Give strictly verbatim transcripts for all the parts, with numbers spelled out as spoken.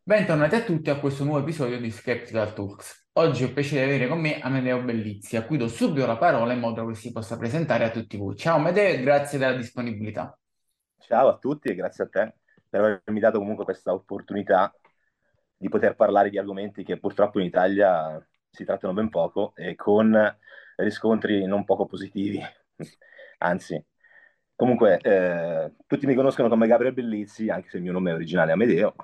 Bentornati a tutti a questo nuovo episodio di Skeptical Talks. Oggi ho il piacere di avere con me Amedeo Bellizzi, a cui do subito la parola in modo che si possa presentare a tutti voi. Ciao Amedeo e grazie della disponibilità. Ciao a tutti e grazie a te per avermi dato comunque questa opportunità di poter parlare di argomenti che purtroppo in Italia si trattano ben poco e con riscontri non poco positivi. Anzi, comunque eh, tutti mi conoscono come Gabriele Bellizzi, anche se il mio nome è originale è Amedeo.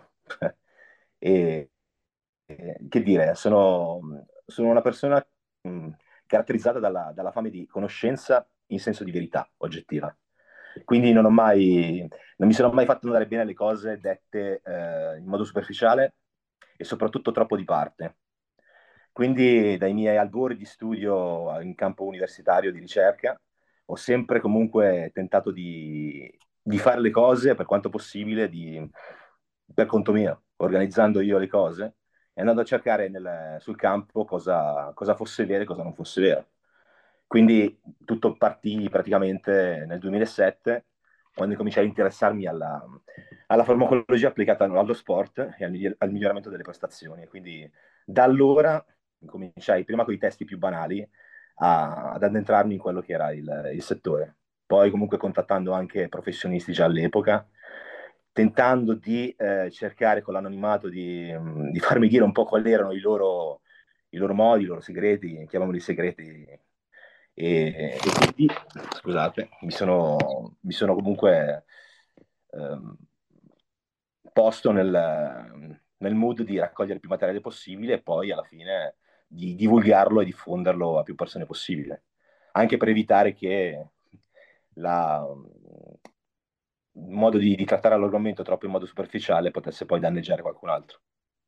E eh, che dire, sono, sono una persona mh, caratterizzata dalla, dalla fame di conoscenza in senso di verità oggettiva. Quindi non ho mai, non mi sono mai fatto andare bene le cose dette eh, in modo superficiale e soprattutto troppo di parte. Quindi dai miei albori di studio in campo universitario di ricerca ho sempre comunque tentato di, di fare le cose per quanto possibile di- per conto mio, organizzando io le cose e andando a cercare nel- sul campo cosa, cosa fosse vero e cosa non fosse vero. Quindi tutto partì praticamente nel duemilasette, quando cominciai a interessarmi alla, alla farmacologia applicata allo sport e al, migli- al miglioramento delle prestazioni. Quindi da allora cominciai prima con i testi più banali a- ad addentrarmi in quello che era il, il settore. Poi comunque contattando anche professionisti già all'epoca, tentando di eh, cercare con l'anonimato di, di farmi dire un po' quali erano i loro, i loro modi, i loro segreti, chiamiamoli segreti. E, e quindi, scusate, mi sono, mi sono comunque ehm, posto nel, nel mood di raccogliere più materiale possibile e poi alla fine di divulgarlo e diffonderlo a più persone possibile, anche per evitare che la, il modo di, di trattare l'argomento troppo in modo superficiale potesse poi danneggiare qualcun altro.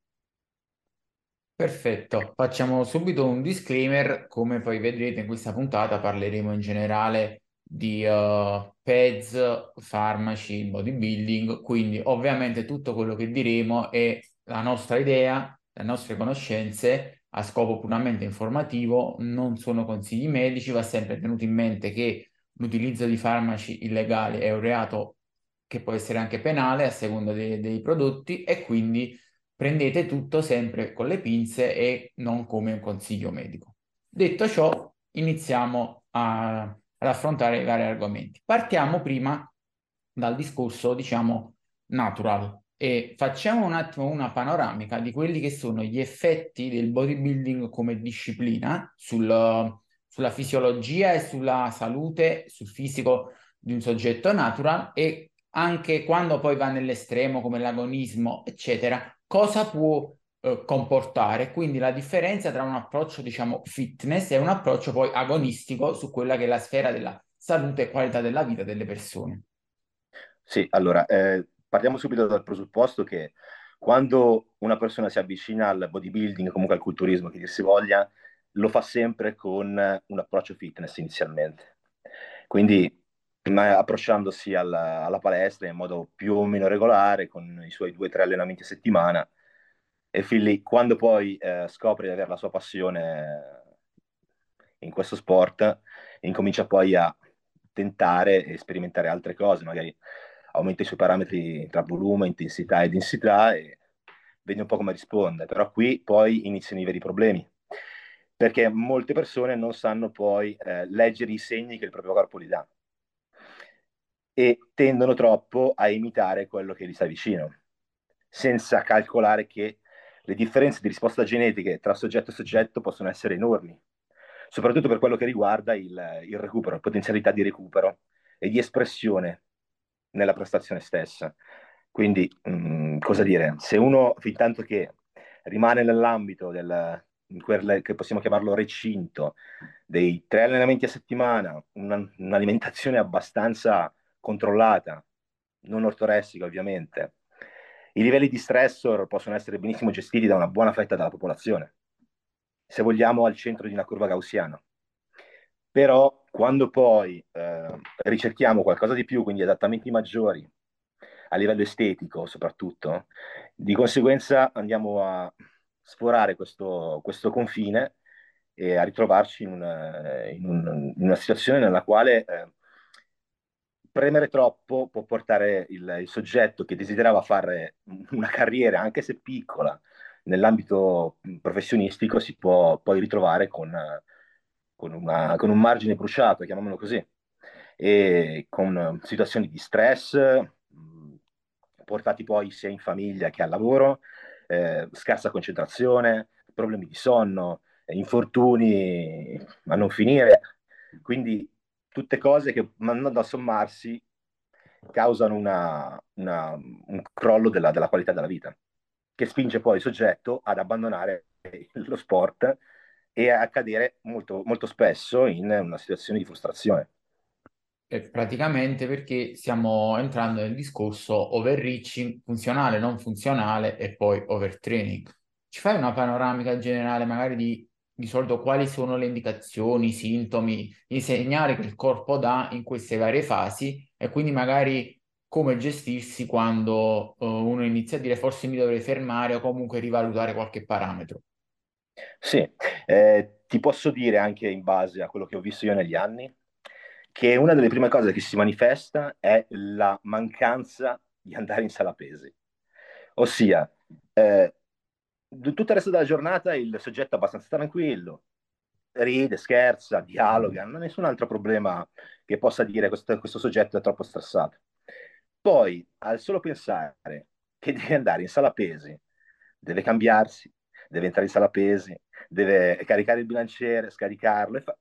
Perfetto, facciamo subito un disclaimer, come poi vedrete in questa puntata parleremo in generale di eh, peds, farmaci, bodybuilding, quindi ovviamente tutto quello che diremo è la nostra idea, le nostre conoscenze a scopo puramente informativo, non sono consigli medici, va sempre tenuto in mente che l'utilizzo di farmaci illegali è un reato che può essere anche penale a seconda dei dei prodotti e quindi prendete tutto sempre con le pinze e non come un consiglio medico. Detto ciò, iniziamo a- ad affrontare i vari argomenti. Partiamo prima dal discorso, diciamo, natural e facciamo un attimo una panoramica di quelli che sono gli effetti del bodybuilding come disciplina sul- sulla fisiologia e sulla salute, sul fisico di un soggetto natural e anche quando poi va nell'estremo come l'agonismo, eccetera, cosa può eh, comportare. Quindi la differenza tra un approccio, diciamo, fitness e un approccio poi agonistico su quella che è la sfera della salute e qualità della vita delle persone. Sì, allora, eh, partiamo subito dal presupposto che quando una persona si avvicina al bodybuilding, comunque al culturismo, che dir si voglia, lo fa sempre con un approccio fitness inizialmente. Quindi, ma approcciandosi alla, alla palestra in modo più o meno regolare, con i suoi due o tre allenamenti a settimana, e fin lì, quando poi eh, scopre di avere la sua passione in questo sport, incomincia poi a tentare e sperimentare altre cose, magari aumenta i suoi parametri tra volume, intensità e densità e vedi un po' come risponde. Però qui poi iniziano i veri problemi, perché molte persone non sanno poi eh, leggere i segni che il proprio corpo gli dà e tendono troppo a imitare quello che gli sta vicino, senza calcolare che le differenze di risposta genetiche tra soggetto e soggetto possono essere enormi, soprattutto per quello che riguarda il, il recupero, potenzialità di recupero e di espressione nella prestazione stessa. Quindi, mh, cosa dire? Se uno, fin tanto che rimane nell'ambito del, in quel, che possiamo chiamarlo recinto, dei tre allenamenti a settimana, una- un'alimentazione abbastanza controllata, non ortoressica ovviamente, i livelli di stressor possono essere benissimo gestiti da una buona fetta della popolazione, se vogliamo al centro di una curva gaussiana. Però quando poi eh, ricerchiamo qualcosa di più, quindi adattamenti maggiori a livello estetico soprattutto, di conseguenza andiamo a sforare questo, questo confine e a ritrovarci in una, in un- in una situazione nella quale eh, premere troppo può portare il, il soggetto che desiderava fare una carriera, anche se piccola, nell'ambito professionistico, si può poi ritrovare con, con una- con un margine bruciato, chiamiamolo così, e con situazioni di stress mh, portati poi sia in famiglia che al lavoro, eh, scarsa concentrazione, problemi di sonno, eh, infortuni a non finire. Quindi tutte cose che andando a sommarsi causano una- una- un crollo della, della qualità della vita, che spinge poi il soggetto ad abbandonare lo sport e a cadere molto, molto spesso in una situazione di frustrazione. Eh, praticamente perché stiamo entrando nel discorso overreaching funzionale, non funzionale e poi overtraining. Ci fai una panoramica generale magari di, di solito quali sono le indicazioni, i sintomi, i segnali che il corpo dà in queste varie fasi e quindi magari come gestirsi quando eh, uno inizia a dire forse mi dovrei fermare o comunque rivalutare qualche parametro. Sì, eh, ti posso dire anche in base a quello che ho visto io negli anni, che una delle prime cose che si manifesta è la mancanza di andare in sala pesi. Ossia, eh, d- tutto il resto della giornata il soggetto è abbastanza tranquillo, ride, scherza, dialoga, non ha nessun altro problema che possa dire questo, questo soggetto è troppo stressato. Poi, al solo pensare che deve andare in sala pesi, deve cambiarsi, deve entrare in sala pesi, deve caricare il bilanciere, scaricarlo, e fa-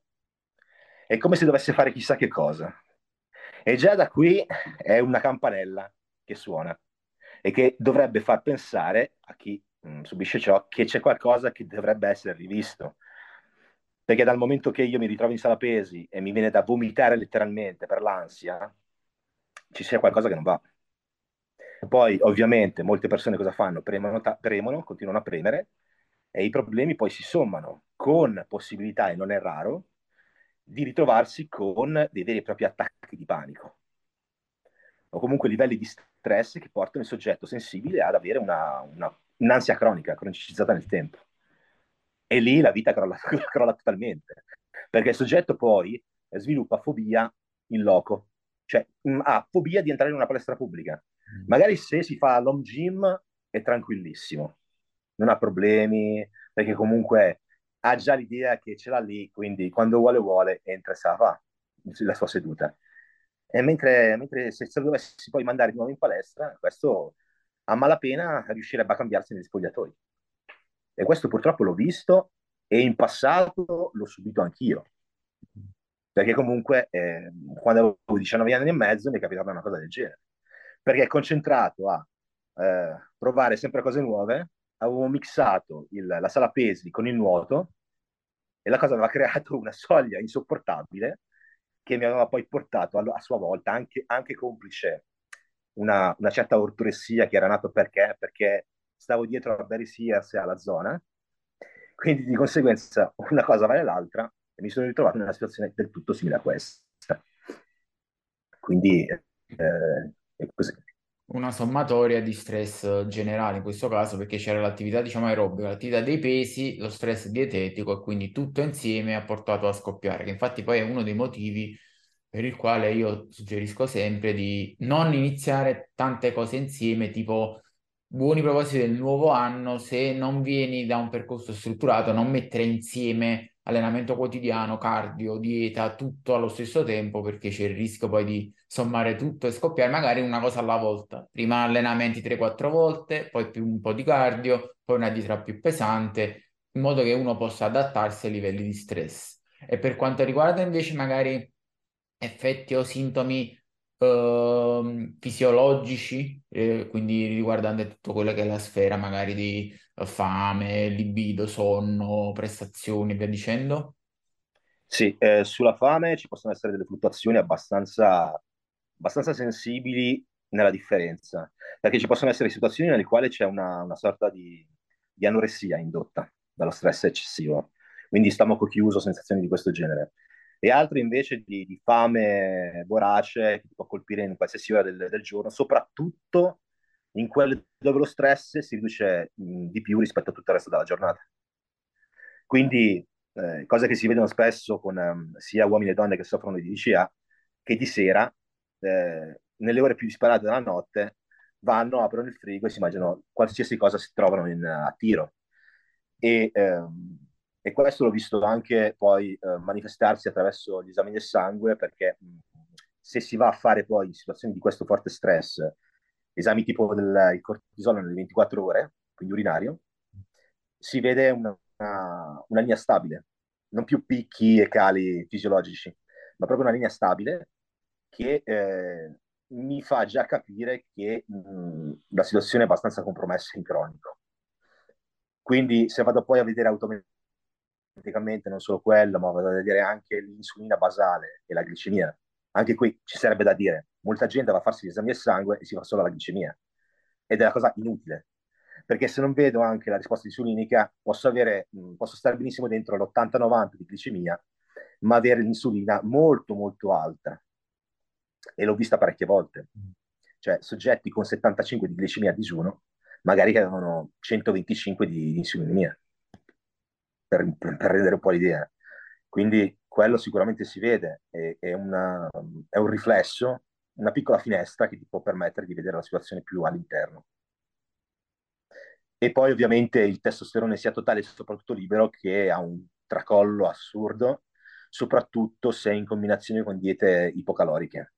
è come se dovesse fare chissà che cosa. E già da qui è una campanella che suona e che dovrebbe far pensare a chi mh, subisce ciò che c'è qualcosa che dovrebbe essere rivisto. Perché dal momento che io mi ritrovo in sala pesi e mi viene da vomitare letteralmente per l'ansia, ci sia qualcosa che non va. Poi, ovviamente, molte persone cosa fanno? Premono, ta- premono, continuano a premere e i problemi poi si sommano con possibilità, e non è raro, di ritrovarsi con dei veri e propri attacchi di panico o comunque livelli di stress che portano il soggetto sensibile ad avere una, una, un'ansia cronica, cronicizzata nel tempo. E lì la vita crolla, crolla totalmente, perché il soggetto poi sviluppa fobia in loco, cioè mh, ha fobia di entrare in una palestra pubblica. Magari se si fa l'home gym è tranquillissimo, non ha problemi, perché comunque ha già l'idea che ce l'ha lì, quindi quando vuole vuole entra e se la fa, la sua seduta. E mentre, mentre se, se dovessi poi mandare di nuovo in palestra, questo a malapena riuscirebbe a cambiarsi negli spogliatoi. E questo purtroppo l'ho visto e in passato l'ho subito anch'io, perché comunque eh, quando avevo diciannove anni e mezzo mi è capitata una cosa del genere, perché concentrato a eh, provare sempre cose nuove, avevo mixato il- la sala pesi con il nuoto e la cosa aveva creato una soglia insopportabile che mi aveva poi portato a, a sua volta, anche, anche complice una, una certa ortoressia che era nato perché? Perché stavo dietro a Barry Sears e alla zona, quindi di conseguenza una cosa vale l'altra e mi sono ritrovato in una situazione del tutto simile a questa. Quindi eh, è così. Una sommatoria di stress generale in questo caso perché c'era l'attività diciamo aerobica, l'attività dei pesi, lo stress dietetico e quindi tutto insieme ha portato a scoppiare, che infatti poi è uno dei motivi per il quale io suggerisco sempre di non iniziare tante cose insieme, tipo buoni propositi del nuovo anno, se non vieni da un percorso strutturato, non mettere insieme allenamento quotidiano, cardio, dieta, tutto allo stesso tempo, perché c'è il rischio poi di sommare tutto e scoppiare magari una cosa alla volta. Prima allenamenti tre quattro volte, poi più un po' di cardio, poi una dieta più pesante, in modo che uno possa adattarsi ai livelli di stress. E per quanto riguarda invece magari effetti o sintomi ehm, fisiologici, eh, quindi riguardante tutto quello che è la sfera magari di eh, fame, libido, sonno, prestazioni e via dicendo. Sì, eh, sulla fame ci possono essere delle fluttuazioni abbastanza, abbastanza sensibili nella differenza, perché ci possono essere situazioni nelle quali c'è una, una sorta di, di anoressia indotta dallo stress eccessivo, quindi stomaco chiuso, sensazioni di questo genere, e altre invece di, di fame vorace che ti può colpire in qualsiasi ora del, del giorno, soprattutto in quelle dove lo stress si riduce mh, di più rispetto a tutto il resto della giornata. Quindi, eh, cose che si vedono spesso con ehm, sia uomini e donne che soffrono di D C A, che di sera eh, nelle ore più disparate della notte, vanno, aprono il frigo e si mangiano qualsiasi cosa si trovano in, a tiro. E, ehm, e questo l'ho visto anche poi eh, manifestarsi attraverso gli esami del sangue, perché mh, se si va a fare poi in situazioni di questo forte stress, esami tipo del il cortisolo nelle ventiquattro ore, quindi urinario, si vede una, una, una linea stabile, non più picchi e cali fisiologici, ma proprio una linea stabile che eh, mi fa già capire che mh, la situazione è abbastanza compromessa in cronico. Quindi se vado poi a vedere automaticamente non solo quello, ma vado a vedere anche l'insulina basale e la glicemia, anche qui ci sarebbe da dire, molta gente va a farsi gli esami del sangue e si fa solo la glicemia, ed è una cosa inutile, perché se non vedo anche la risposta insulinica posso, avere, mh, posso stare benissimo dentro l'ottanta novanta di glicemia, ma avere l'insulina molto molto alta, e l'ho vista parecchie volte, cioè soggetti con settantacinque di glicemia a digiuno magari che avevano centoventicinque di, di insulinemia, per, per, per rendere un po' l'idea. Quindi quello sicuramente si vede, è, è, una, è un riflesso, una piccola finestra che ti può permettere di vedere la situazione più all'interno. E poi ovviamente il testosterone sia totale e soprattutto libero, che ha un tracollo assurdo, soprattutto se in combinazione con diete ipocaloriche.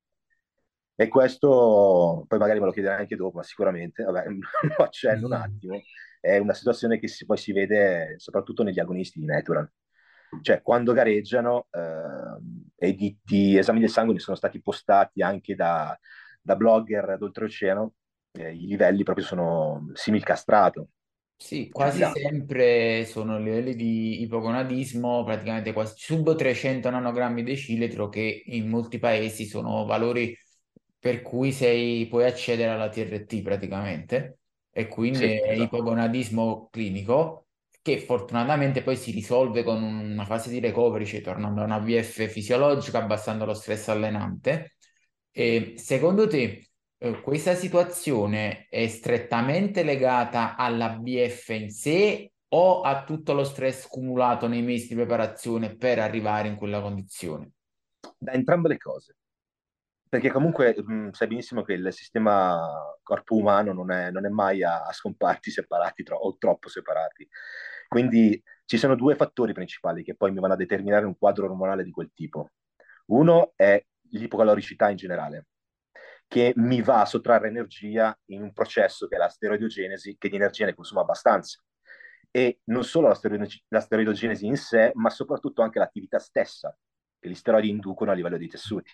E questo, poi magari me lo chiederai anche dopo, ma sicuramente, vabbè, lo accenno un attimo, è una situazione che si, poi si vede soprattutto negli agonisti di Natural. Cioè, quando gareggiano, eh, e di, di esami del sangue ne sono stati postati anche da, da blogger d'oltreoceano, eh, i livelli proprio sono simil-castrato, Sì, più di quasi là. sempre sono livelli di ipogonadismo, praticamente quasi sub trecento nanogrammi decilitro, che in molti paesi sono valori per cui sei, puoi accedere alla T R T praticamente, e quindi Sì, è esatto. ipogonadismo clinico che fortunatamente poi si risolve con una fase di recovery, cioè tornando a una V F fisiologica, abbassando lo stress allenante. E secondo te eh, questa situazione è strettamente legata alla B F in sé o a tutto lo stress cumulato nei mesi di preparazione per arrivare in quella condizione? Da entrambe le cose. Perché comunque mh, sai benissimo che il sistema corpo umano non è, non è mai a, a scomparti separati tro- o troppo separati. Quindi ci sono due fattori principali che poi mi vanno a determinare un quadro ormonale di quel tipo. Uno è l'ipocaloricità in generale, che mi va a sottrarre energia in un processo che è la steroidogenesi, che di energia ne consuma abbastanza. E non solo la, steroide- la steroidogenesi in sé, ma soprattutto anche l'attività stessa che gli steroidi inducono a livello dei tessuti.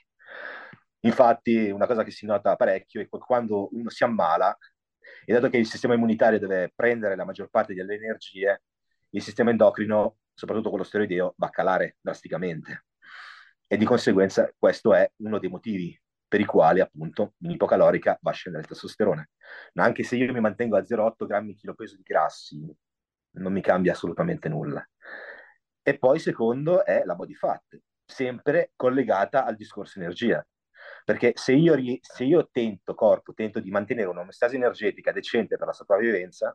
Infatti, una cosa che si nota parecchio è che quando uno si ammala, e dato che il sistema immunitario deve prendere la maggior parte delle energie, il sistema endocrino, soprattutto quello steroideo, va a calare drasticamente. E di conseguenza questo è uno dei motivi per i quali appunto in ipocalorica va a scendere il testosterone. Ma anche se io mi mantengo a zero virgola otto grammi chilo peso di grassi, non mi cambia assolutamente nulla. E poi secondo è la body fat, sempre collegata al discorso energia. Perché se io, ri- se io tento, corpo, tento di mantenere un'omostasi energetica decente per la sopravvivenza,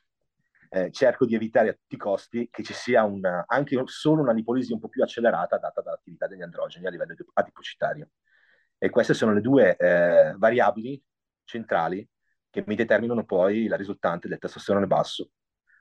eh, cerco di evitare a tutti i costi che ci sia una, anche solo una lipolisi un po' più accelerata data dall'attività degli androgeni a livello adipocitario. E queste sono le due eh, variabili centrali che mi determinano poi la risultante del testosterone basso.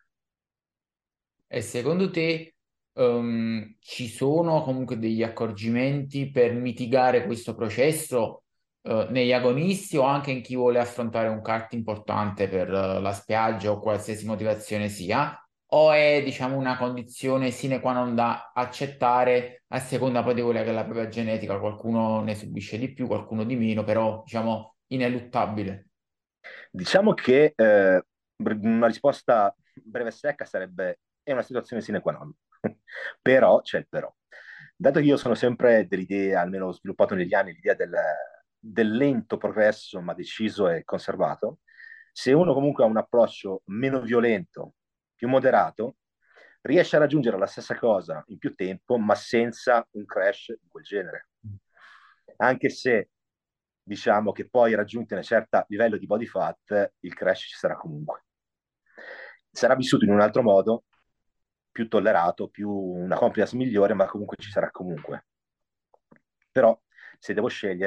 E secondo te, ehm, ci sono comunque degli accorgimenti per mitigare questo processo, eh, negli agonisti o anche in chi vuole affrontare un kart importante per, eh, la spiaggia o qualsiasi motivazione sia? O è, diciamo, una condizione sine qua non da accettare a seconda poi di quella che è la propria genetica? Qualcuno ne subisce di più, qualcuno di meno, però, diciamo, ineluttabile. Diciamo che eh, una risposta breve e secca sarebbe è una situazione sine qua non. Però c'è il però. Dato che io sono sempre dell'idea, almeno ho sviluppato negli anni, l'idea del, del lento progresso ma deciso e conservato, se uno comunque ha un approccio meno violento, più moderato, riesce a raggiungere la stessa cosa in più tempo, ma senza un crash di quel genere. Anche se diciamo che poi raggiunti un certo livello di body fat, il crash ci sarà comunque. Sarà vissuto in un altro modo, più tollerato, più una compliance migliore, ma comunque ci sarà comunque. Però se devo scegliere,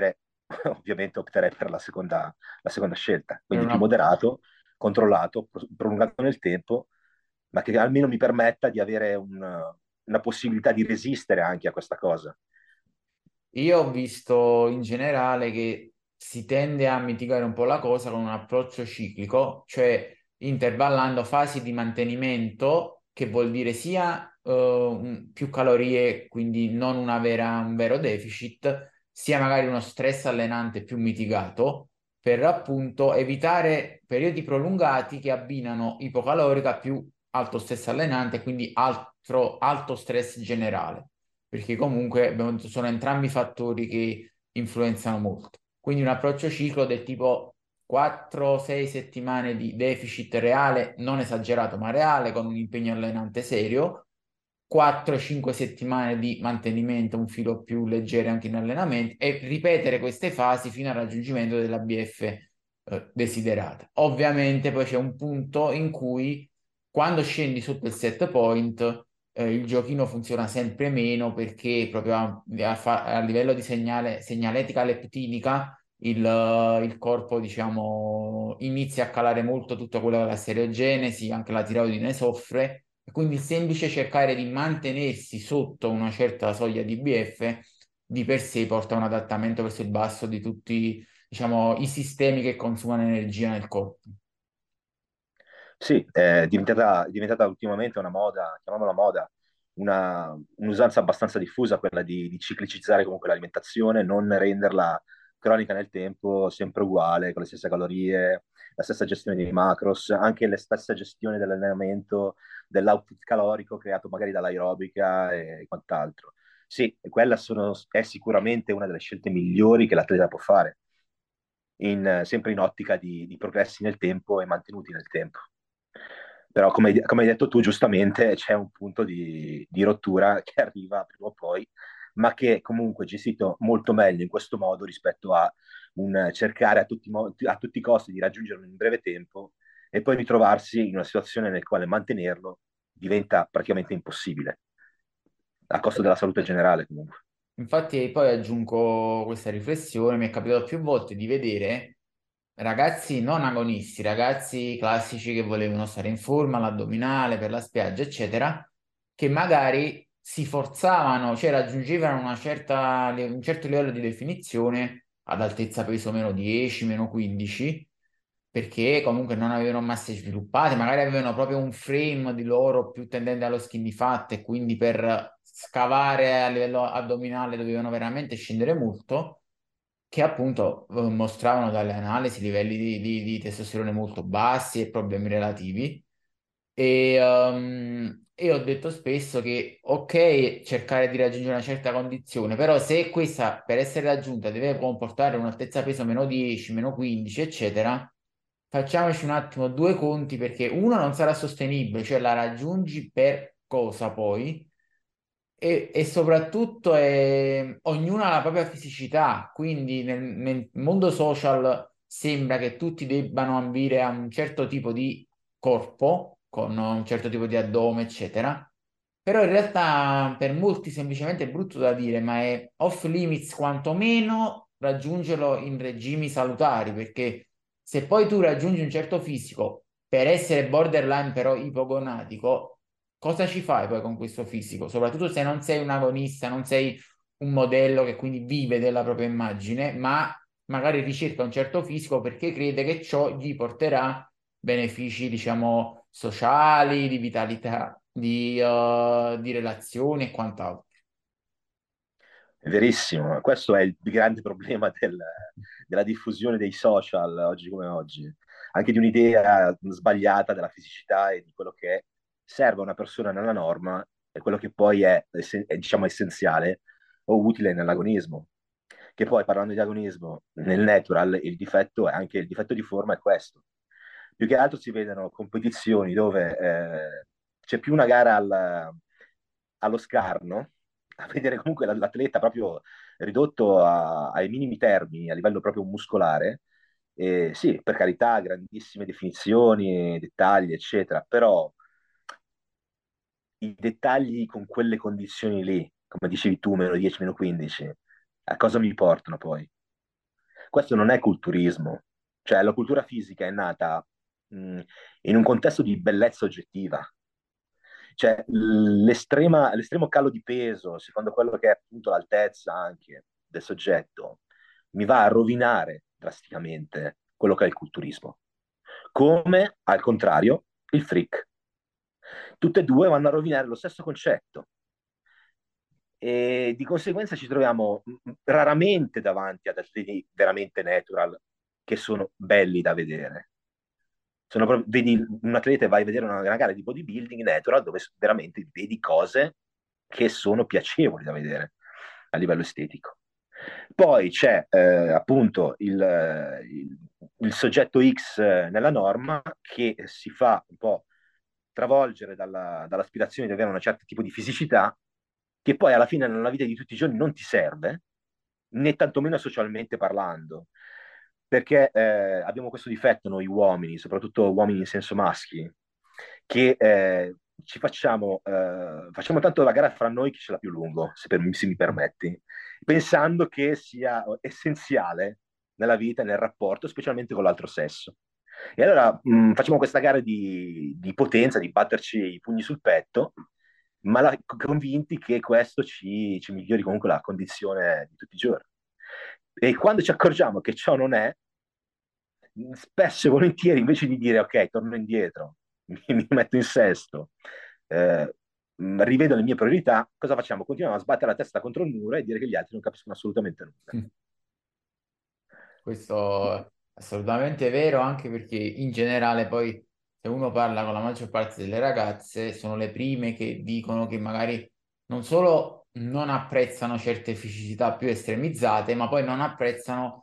ovviamente opterei per la seconda, la seconda scelta, Per quindi più una moderato, controllato, pro- prolungato nel tempo, ma che almeno mi permetta di avere un- una possibilità di resistere anche a questa cosa. Io ho visto in generale che si tende a mitigare un po' la cosa con un approccio ciclico, cioè intervallando fasi di mantenimento, che vuol dire sia eh, un- più calorie, quindi non una vera- un vero deficit, sia magari uno stress allenante più mitigato, per appunto evitare periodi prolungati che abbinano ipocalorica più alto stress allenante, quindi altro, alto stress generale perché comunque abbiamo detto, sono entrambi fattori che influenzano molto. Quindi un approccio ciclo del tipo quattro sei settimane di deficit reale, non esagerato ma reale, con un impegno allenante serio, quattro cinque settimane di mantenimento, un filo più leggero anche in allenamento e ripetere queste fasi fino al raggiungimento della B F eh, desiderata. Ovviamente poi c'è un punto in cui quando scendi sotto il set point eh, il giochino funziona sempre meno perché proprio a, a fa- a livello di segnale, segnaletica leptinica il, eh, il corpo, diciamo, inizia a calare molto tutto quello che è la stereogenesi, anche la tiroide ne soffre, e quindi il semplice cercare di mantenersi sotto una certa soglia di B F di per sé porta a un adattamento verso il basso di tutti, diciamo, i sistemi che consumano energia nel corpo. Sì, è diventata, è diventata ultimamente una moda, chiamiamola moda, una, un'usanza abbastanza diffusa quella di, di ciclicizzare comunque l'alimentazione, non renderla cronica nel tempo, sempre uguale, con le stesse calorie, la stessa gestione dei macros, anche la stessa gestione dell'allenamento, dell'output calorico creato magari dall'aerobica e quant'altro. Sì, e quella sono- è sicuramente una delle scelte migliori che l'atleta può fare, in- sempre in ottica di, di progressi nel tempo e mantenuti nel tempo. Però, come, hai come hai detto tu, giustamente c'è un punto di, di rottura che arriva prima o poi, ma che comunque è gestito molto meglio in questo modo rispetto a un cercare a tutti, i mo- a tutti i costi di raggiungerlo in breve tempo e poi ritrovarsi in una situazione nel quale mantenerlo diventa praticamente impossibile, a costo della salute generale comunque. Infatti poi aggiungo questa riflessione, mi è capitato più volte di vedere ragazzi non agonisti, ragazzi classici che volevano stare in forma, l'addominale per la spiaggia, eccetera, che magari si forzavano, cioè raggiungevano una certa, un certo livello di definizione ad altezza peso meno dieci, meno quindici, perché comunque non avevano masse sviluppate, magari avevano proprio un frame di loro più tendente allo skinny fat e quindi per scavare a livello addominale dovevano veramente scendere molto che appunto eh, mostravano dalle analisi livelli di, di- di testosterone molto bassi e problemi relativi. E, ehm, e ho detto spesso che ok, cercare di raggiungere una certa condizione, però se questa per essere raggiunta deve comportare un'altezza peso meno dieci, meno quindici, eccetera, facciamoci un attimo due conti perché uno non sarà sostenibile, cioè la raggiungi per cosa poi? E, e soprattutto eh, ognuno ha la propria fisicità, quindi nel, nel mondo social sembra che tutti debbano ambire a un certo tipo di corpo, con un certo tipo di addome, eccetera. Però in realtà per molti semplicemente è brutto da dire, ma è off limits quantomeno raggiungerlo in regimi salutari, perché se poi tu raggiungi un certo fisico per essere borderline però ipogonatico, cosa ci fai poi con questo fisico? Soprattutto se non sei un agonista, non sei un modello che quindi vive della propria immagine, ma magari ricerca un certo fisico perché crede che ciò gli porterà benefici, diciamo, sociali, di vitalità, di, eh, di relazioni e quant'altro. È verissimo, questo è il grande problema del- della diffusione dei social oggi come oggi, anche di un'idea sbagliata della fisicità e di quello che serve a una persona nella norma e quello che poi è, essen- è, diciamo, essenziale o utile nell'agonismo. Che poi parlando di agonismo, nel natural il difetto è anche il difetto di forma è questo. Più che altro si vedono competizioni dove eh, c'è più una gara al- allo scarno, a vedere comunque l'atleta proprio ridotto a- ai minimi termini a livello proprio muscolare. E sì, per carità, grandissime definizioni, dettagli, eccetera, però i dettagli con quelle condizioni lì, come dicevi tu, meno dieci, meno quindici, a cosa mi portano poi? Questo non è culturismo, cioè la cultura fisica è nata mh, in un contesto di bellezza oggettiva, cioè l'estrema, l'estremo calo di peso, secondo quello che è appunto l'altezza anche del soggetto, mi va a rovinare drasticamente quello che è il culturismo, come al contrario il freak. Tutte e due vanno a rovinare lo stesso concetto e di conseguenza ci troviamo mh, raramente davanti ad atleti veramente natural che sono belli da vedere. Sono proprio- vedi un atleta e vai a vedere una, una gara di bodybuilding natural dove s- veramente vedi cose che sono piacevoli da vedere a livello estetico. Poi c'è eh, appunto il, eh, il- il soggetto X eh, nella norma che si fa un po' travolgere dalla- dall'aspirazione di avere un certo tipo di fisicità che poi alla fine nella vita di tutti i giorni non ti serve, né tantomeno socialmente parlando, perché eh, abbiamo questo difetto noi uomini, soprattutto uomini in senso maschi, che eh, ci facciamo, eh, facciamo tanto la gara fra noi chi ce l'ha più lungo, se, per- se mi permetti, pensando che sia essenziale nella vita, nel rapporto, specialmente con l'altro sesso. E allora mh, facciamo questa gara di, di potenza, di batterci i pugni sul petto, ma la- convinti che questo ci, ci migliori comunque la condizione di tutti i giorni. E quando ci accorgiamo che ciò non è, spesso e volentieri invece di dire ok, torno indietro, mi, mi metto in sesto, eh, mh, rivedo le mie priorità, cosa facciamo? Continuiamo a sbattere la testa contro il muro e dire che gli altri non capiscono assolutamente nulla. Questo è assolutamente vero, anche perché in generale poi se uno parla con la maggior parte delle ragazze, sono le prime che dicono che magari non solo non apprezzano certe fisicità più estremizzate, ma poi non apprezzano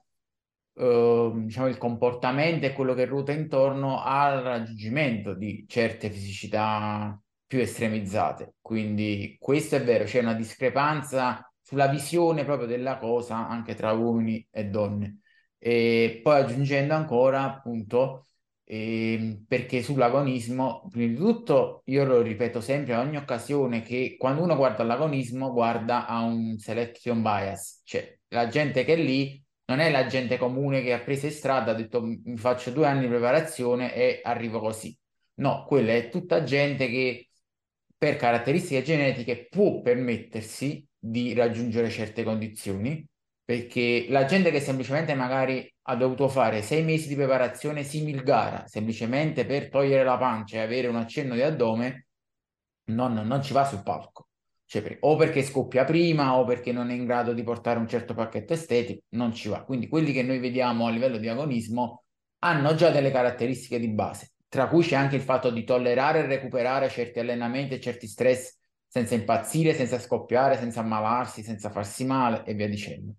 eh, diciamo, il comportamento e quello che ruota intorno al raggiungimento di certe fisicità più estremizzate. Quindi questo è vero, c'è una discrepanza sulla visione proprio della cosa anche tra uomini e donne. E poi aggiungendo ancora, appunto, ehm, perché sull'agonismo, prima di tutto, io lo ripeto sempre a ogni occasione che quando uno guarda l'agonismo guarda a un selection bias, cioè la gente che è lì non è la gente comune che ha preso in strada, ha detto mi faccio due anni di preparazione e arrivo così. No, quella è tutta gente che per caratteristiche genetiche può permettersi di raggiungere certe condizioni, perché la gente che semplicemente magari ha dovuto fare sei mesi di preparazione simil gara, semplicemente per togliere la pancia e avere un accenno di addome, non, non ci va sul palco. Cioè, per- o perché scoppia prima o perché non è in grado di portare un certo pacchetto estetico, non ci va. Quindi quelli che noi vediamo a livello di agonismo hanno già delle caratteristiche di base, tra cui c'è anche il fatto di tollerare e recuperare certi allenamenti e certi stress senza impazzire, senza scoppiare, senza ammalarsi, senza farsi male e via dicendo.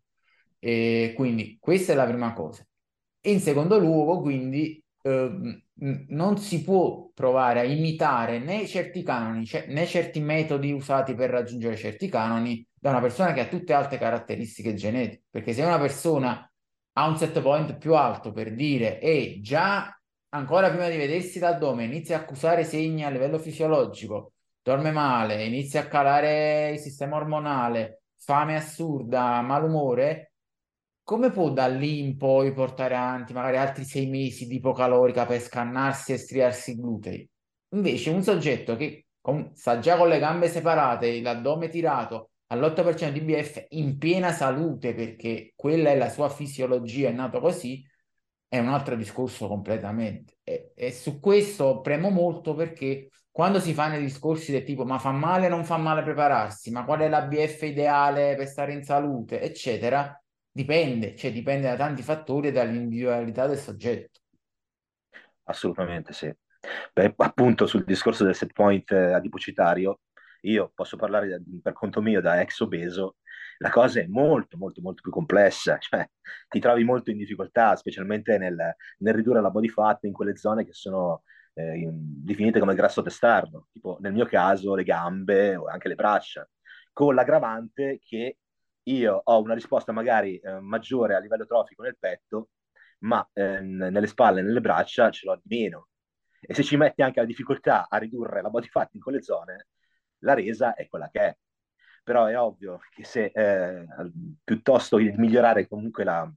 E quindi questa è la prima cosa. In secondo luogo, quindi, ehm, n- non si può provare a imitare né certi canoni, ce- né certi metodi usati per raggiungere certi canoni da una persona che ha tutte alte caratteristiche genetiche. Perché se una persona ha un set point più alto per dire, e già ancora prima di vedersi l'addome inizia a accusare segni a livello fisiologico, dorme male, inizia a calare il sistema ormonale, fame assurda, malumore, come può da lì in poi portare avanti magari altri sei mesi di ipocalorica per scannarsi e striarsi i glutei? Invece un soggetto che con- sta già con le gambe separate, l'addome tirato all'otto per cento di B F in piena salute perché quella è la sua fisiologia, è nato così, è un altro discorso completamente. E, e su questo premo molto perché quando si fanno i discorsi del tipo ma fa male o non fa male prepararsi, ma qual è la B F ideale per stare in salute, eccetera, dipende, cioè dipende da tanti fattori e dall'individualità del soggetto. Assolutamente sì. Beh, appunto sul discorso del set point eh, adipocitario, io posso parlare da- per conto mio da ex obeso, la cosa è molto molto molto più complessa, cioè ti trovi molto in difficoltà, specialmente nel, nel ridurre la body fat in quelle zone che sono eh, in- definite come grasso testardo, tipo nel mio caso le gambe o anche le braccia, con l'aggravante che io ho una risposta magari eh, maggiore a livello trofico nel petto, ma ehm, nelle spalle e nelle braccia ce l'ho di meno. E se ci metti anche la difficoltà a ridurre la body fat in quelle zone, la resa è quella che è. Però è ovvio che se eh, piuttosto che migliorare comunque la,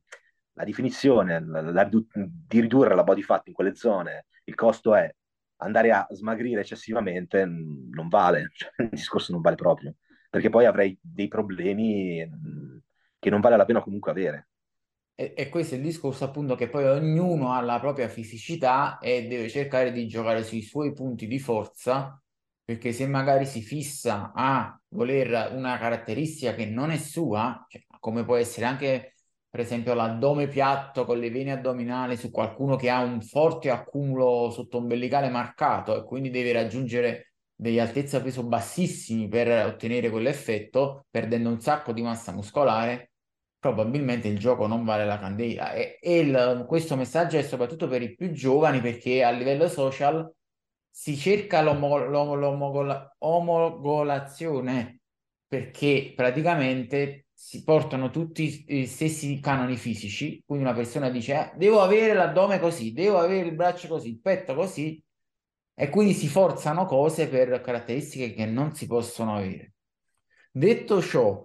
la definizione la- la ridu- di ridurre la body fat in quelle zone, il costo è andare a smagrire eccessivamente, mh, non vale, cioè, il discorso non vale proprio, perché poi avrei dei problemi mh, che non vale la pena comunque avere. E, e questo è il discorso appunto che poi ognuno ha la propria fisicità e deve cercare di giocare sui suoi punti di forza, perché se magari si fissa a voler una caratteristica che non è sua, cioè, come può essere anche per esempio l'addome piatto con le vene addominali su qualcuno che ha un forte accumulo sottoombelicale marcato e quindi deve raggiungere degli altezza peso bassissimi per ottenere quell'effetto, perdendo un sacco di massa muscolare, probabilmente il gioco non vale la candela. E, e il- questo messaggio è soprattutto per i più giovani perché a livello social si cerca l'omo- l'omo- l'omogola- omologazione perché praticamente si portano tutti gli stessi canoni fisici, quindi una persona dice "Eh, devo avere l'addome così, devo avere il braccio così, il petto così", e quindi si forzano cose per caratteristiche che non si possono avere. Detto ciò,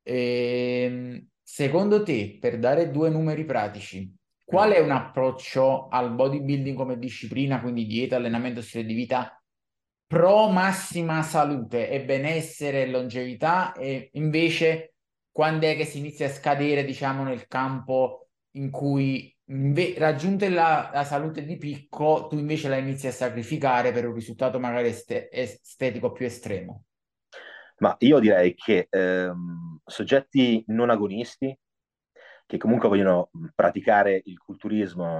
ehm, secondo te, per dare due numeri pratici, qual Mm. è un approccio al bodybuilding come disciplina, quindi dieta, allenamento, stile di vita, pro massima salute e benessere e longevità, e invece quando è che si inizia a scadere, diciamo, nel campo in cui inve- raggiunta la, la salute di picco, tu invece la inizi a sacrificare per un risultato magari este- estetico più estremo? Ma io direi che ehm, soggetti non agonisti, che comunque vogliono praticare il culturismo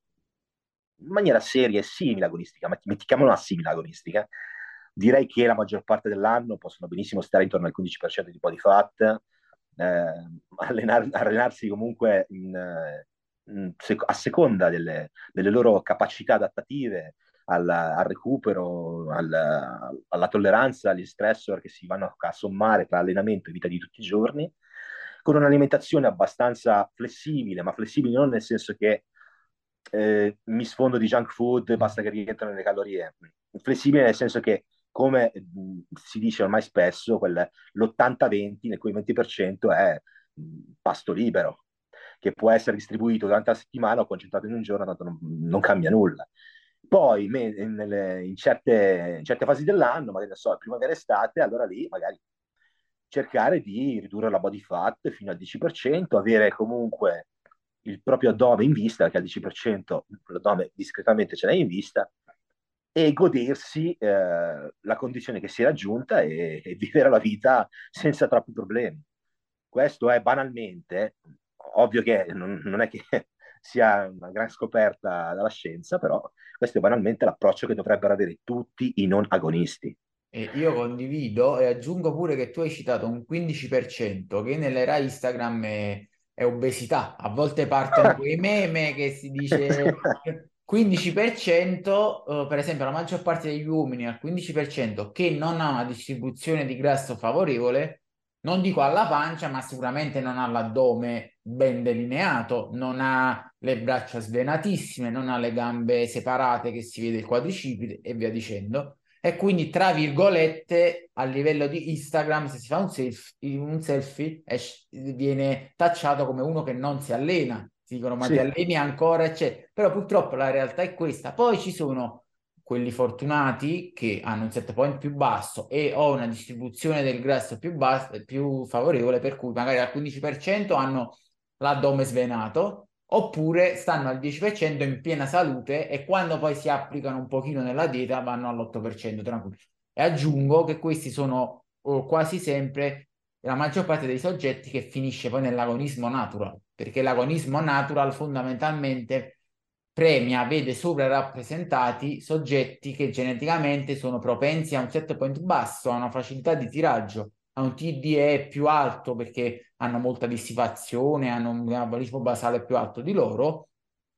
in maniera seria e simile agonistica, ma mettiamola simile agonistica, direi che la maggior parte dell'anno possono benissimo stare intorno al quindici per cento di body fat, eh, allenar- allenarsi comunque in, eh, in sec- a seconda delle, delle loro capacità adattative al, al recupero, al- alla tolleranza agli stressor che si vanno a sommare tra allenamento e vita di tutti i giorni, con un'alimentazione abbastanza flessibile, ma flessibile non nel senso che eh, mi sfondo di junk food, basta che rientrano nelle calorie. Flessibile nel senso che, come mh, si dice ormai spesso, quel, l'ottanta venti, nel cui il venti per cento è mh, pasto libero, che può essere distribuito durante la settimana o concentrato in un giorno, tanto non, non cambia nulla. Poi me- nelle- in, certe, in certe fasi dell'anno, magari non so, primavera estate, allora lì magari cercare di ridurre la body fat fino al dieci per cento, avere comunque il proprio addome in vista, perché al dieci per cento l'addome discretamente ce l'hai in vista, e godersi eh, la condizione che si è raggiunta e, e vivere la vita senza troppi problemi. Questo è banalmente, ovvio che non, non è che sia una gran scoperta dalla scienza, però questo è banalmente l'approccio che dovrebbero avere tutti i non agonisti. E io condivido e aggiungo pure che tu hai citato un quindici per cento che nell'era Instagram è, è obesità. A volte partono quei meme che si dice quindici per cento, eh, per esempio la maggior parte degli uomini al quindici per cento che non ha una distribuzione di grasso favorevole, non dico alla pancia, ma sicuramente non ha l'addome ben delineato, non ha le braccia svenatissime, non ha le gambe separate che si vede il quadricipite e via dicendo. E quindi, tra virgolette, a livello di Instagram, se si fa un selfie, un selfie es- viene tacciato come uno che non si allena. Si dicono, ma ti Sì, alleni ancora, eccetera. Però purtroppo la realtà è questa. Poi ci sono quelli fortunati che hanno un set point più basso e ho una distribuzione del grasso più, bassa, più favorevole, per cui magari al quindici per cento hanno l'addome svenato, oppure stanno al dieci per cento in piena salute e quando poi si applicano un pochino nella dieta vanno all'otto per cento tranquillo. E aggiungo che questi sono oh, quasi sempre la maggior parte dei soggetti che finisce poi nell'agonismo natural, perché l'agonismo natural fondamentalmente premia, vede sovrarappresentati soggetti che geneticamente sono propensi a un set point basso, a una facilità di tiraggio, a un T D E più alto perché hanno molta dissipazione, hanno un metabolismo basale più alto di loro.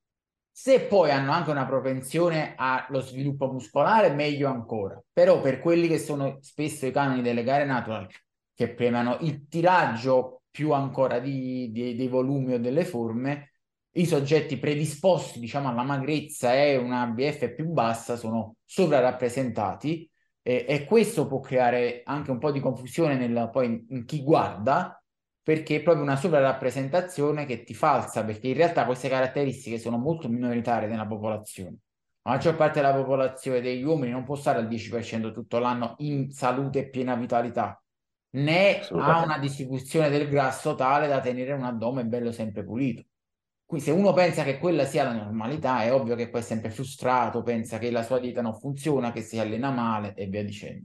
Se poi hanno anche una propensione allo sviluppo muscolare, meglio ancora. Però per quelli che sono spesso i canoni delle gare natural, che premiano il tiraggio più ancora di, di- dei volumi o delle forme, i soggetti predisposti, diciamo, alla magrezza e una B F più bassa sono sovrarappresentati e, e questo può creare anche un po' di confusione nel, poi in, in chi guarda, perché è proprio una sovrarappresentazione che ti falsa, perché in realtà queste caratteristiche sono molto minoritarie nella popolazione. La maggior parte della popolazione degli uomini non può stare al dieci per cento tutto l'anno in salute e piena vitalità, né ha una assolutamente. distribuzione del grasso tale da tenere un addome bello sempre pulito. Quindi se uno pensa che quella sia la normalità, è ovvio che poi è sempre frustrato, pensa che la sua dieta non funziona, che si allena male e via dicendo.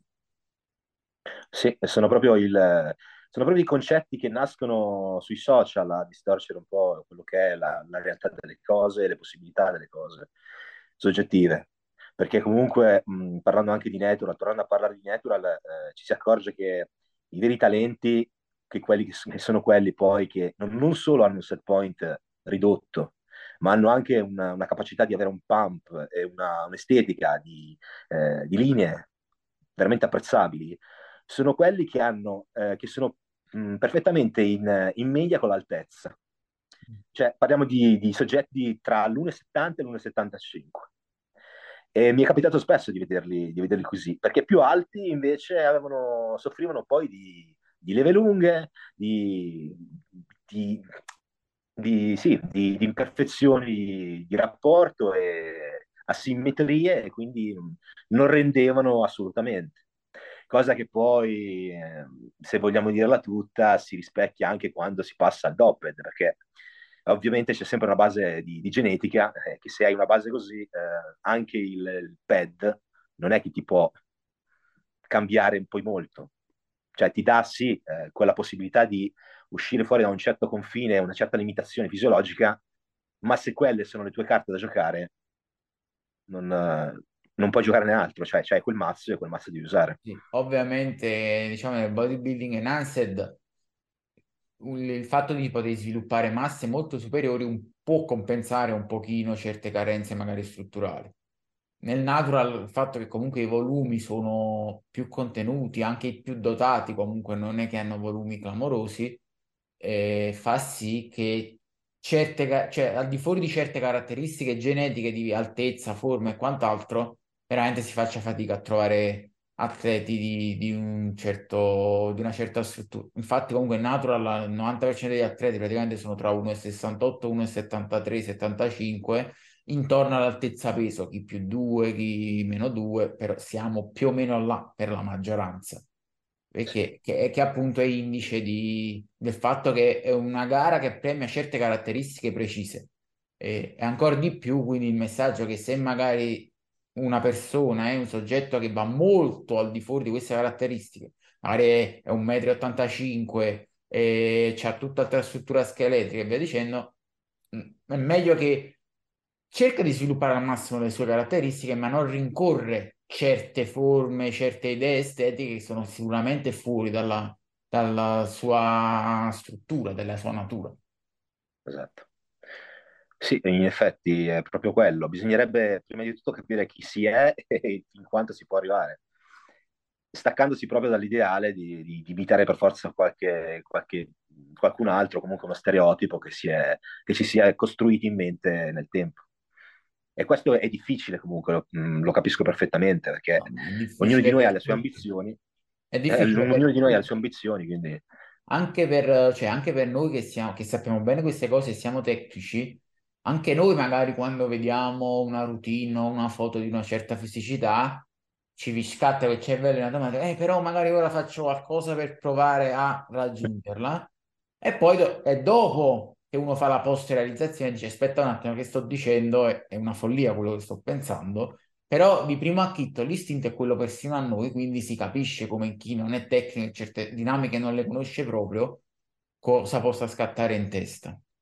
Sì, sono proprio, il, sono proprio i concetti che nascono sui social a distorcere un po' quello che è la, la realtà delle cose, le possibilità delle cose soggettive. Perché comunque, mh, parlando anche di natural, tornando a parlare di natural, eh, ci si accorge che i veri talenti, che, quelli che, s- che sono quelli poi che non, non solo hanno un set point ridotto, ma hanno anche una, una capacità di avere un pump e una, un'estetica di, eh, di linee veramente apprezzabili, sono quelli che hanno, eh, che sono mh, perfettamente in, in media con l'altezza. Cioè, parliamo di, di soggetti tra l'uno virgola settanta e l'uno virgola settantacinque. E mi è capitato spesso di vederli, di vederli così, perché più alti invece avevano, soffrivano poi di, di leve lunghe, di, di, di, sì, di, di imperfezioni di rapporto e asimmetrie, e quindi non rendevano assolutamente. Cosa che poi, eh, se vogliamo dirla tutta, si rispecchia anche quando si passa al dopped, perché ovviamente c'è sempre una base di, di genetica, eh, che se hai una base così, eh, anche il, il pad non è che ti può cambiare poi molto. Cioè ti dà sì eh, quella possibilità di uscire fuori da un certo confine, una certa limitazione fisiologica, ma se quelle sono le tue carte da giocare, non, eh, non puoi giocare ne altro, cioè c'hai quel mazzo e quel mazzo devi usare. Sì, ovviamente, diciamo, nel bodybuilding enhanced un- il fatto di poter sviluppare masse molto superiori un- può compensare un pochino certe carenze magari strutturali. Nel natural, il fatto che comunque i volumi sono più contenuti, anche i più dotati, comunque non è che hanno volumi clamorosi, eh, fa sì che certe, ca- cioè, al di fuori di certe caratteristiche genetiche di altezza, forma e quant'altro, veramente si faccia fatica a trovare atleti di, di un certo, di una certa struttura. Infatti, comunque, in natural, il novanta per cento degli atleti praticamente sono tra uno virgola sessantotto, uno virgola settantatré, settantacinque, intorno all'altezza peso, chi più due, chi meno due, però siamo più o meno là per la maggioranza Sì, perché che, che appunto è indice di- del fatto che è una gara che premia certe caratteristiche precise. E, e ancora di più, quindi il messaggio che se magari una persona è un soggetto che va molto al di fuori di queste caratteristiche, magari è, è un metro e ottantacinque m e c'ha tutt'altra struttura scheletrica e via dicendo, mh, è meglio che cerca di sviluppare al massimo le sue caratteristiche, ma non rincorre certe forme, certe idee estetiche che sono sicuramente fuori dalla, dalla sua struttura, dalla sua natura. esatto. Sì, in effetti è proprio quello. Bisognerebbe prima di tutto capire chi si è e in quanto si può arrivare, staccandosi proprio dall'ideale di, di- di imitare per forza qualche, qualche- qualcun altro, comunque uno stereotipo che, si è- che ci si è costruiti in mente nel tempo. E questo è difficile comunque, lo, mm, lo capisco perfettamente, perché No, ma è ognuno di difficile noi ha per le sue tutti. ambizioni, È eh, difficile ognuno per di noi ha le sue tutti. ambizioni, quindi Anche per, cioè, anche per noi che, siamo, che sappiamo bene queste cose e siamo tecnici, anche noi magari quando vediamo una routine o una foto di una certa fisicità, ci vi scatta quel cervello in automatico, eh, però magari ora faccio qualcosa per provare a raggiungerla. E poi do- è dopo che uno fa la post-realizzazione e dice, aspetta un attimo, che sto dicendo è, è una follia quello che sto pensando. Però di primo acchito l'istinto è quello persino a noi, quindi si capisce come chi non è tecnico e certe dinamiche non le conosce proprio, cosa possa scattare in testa.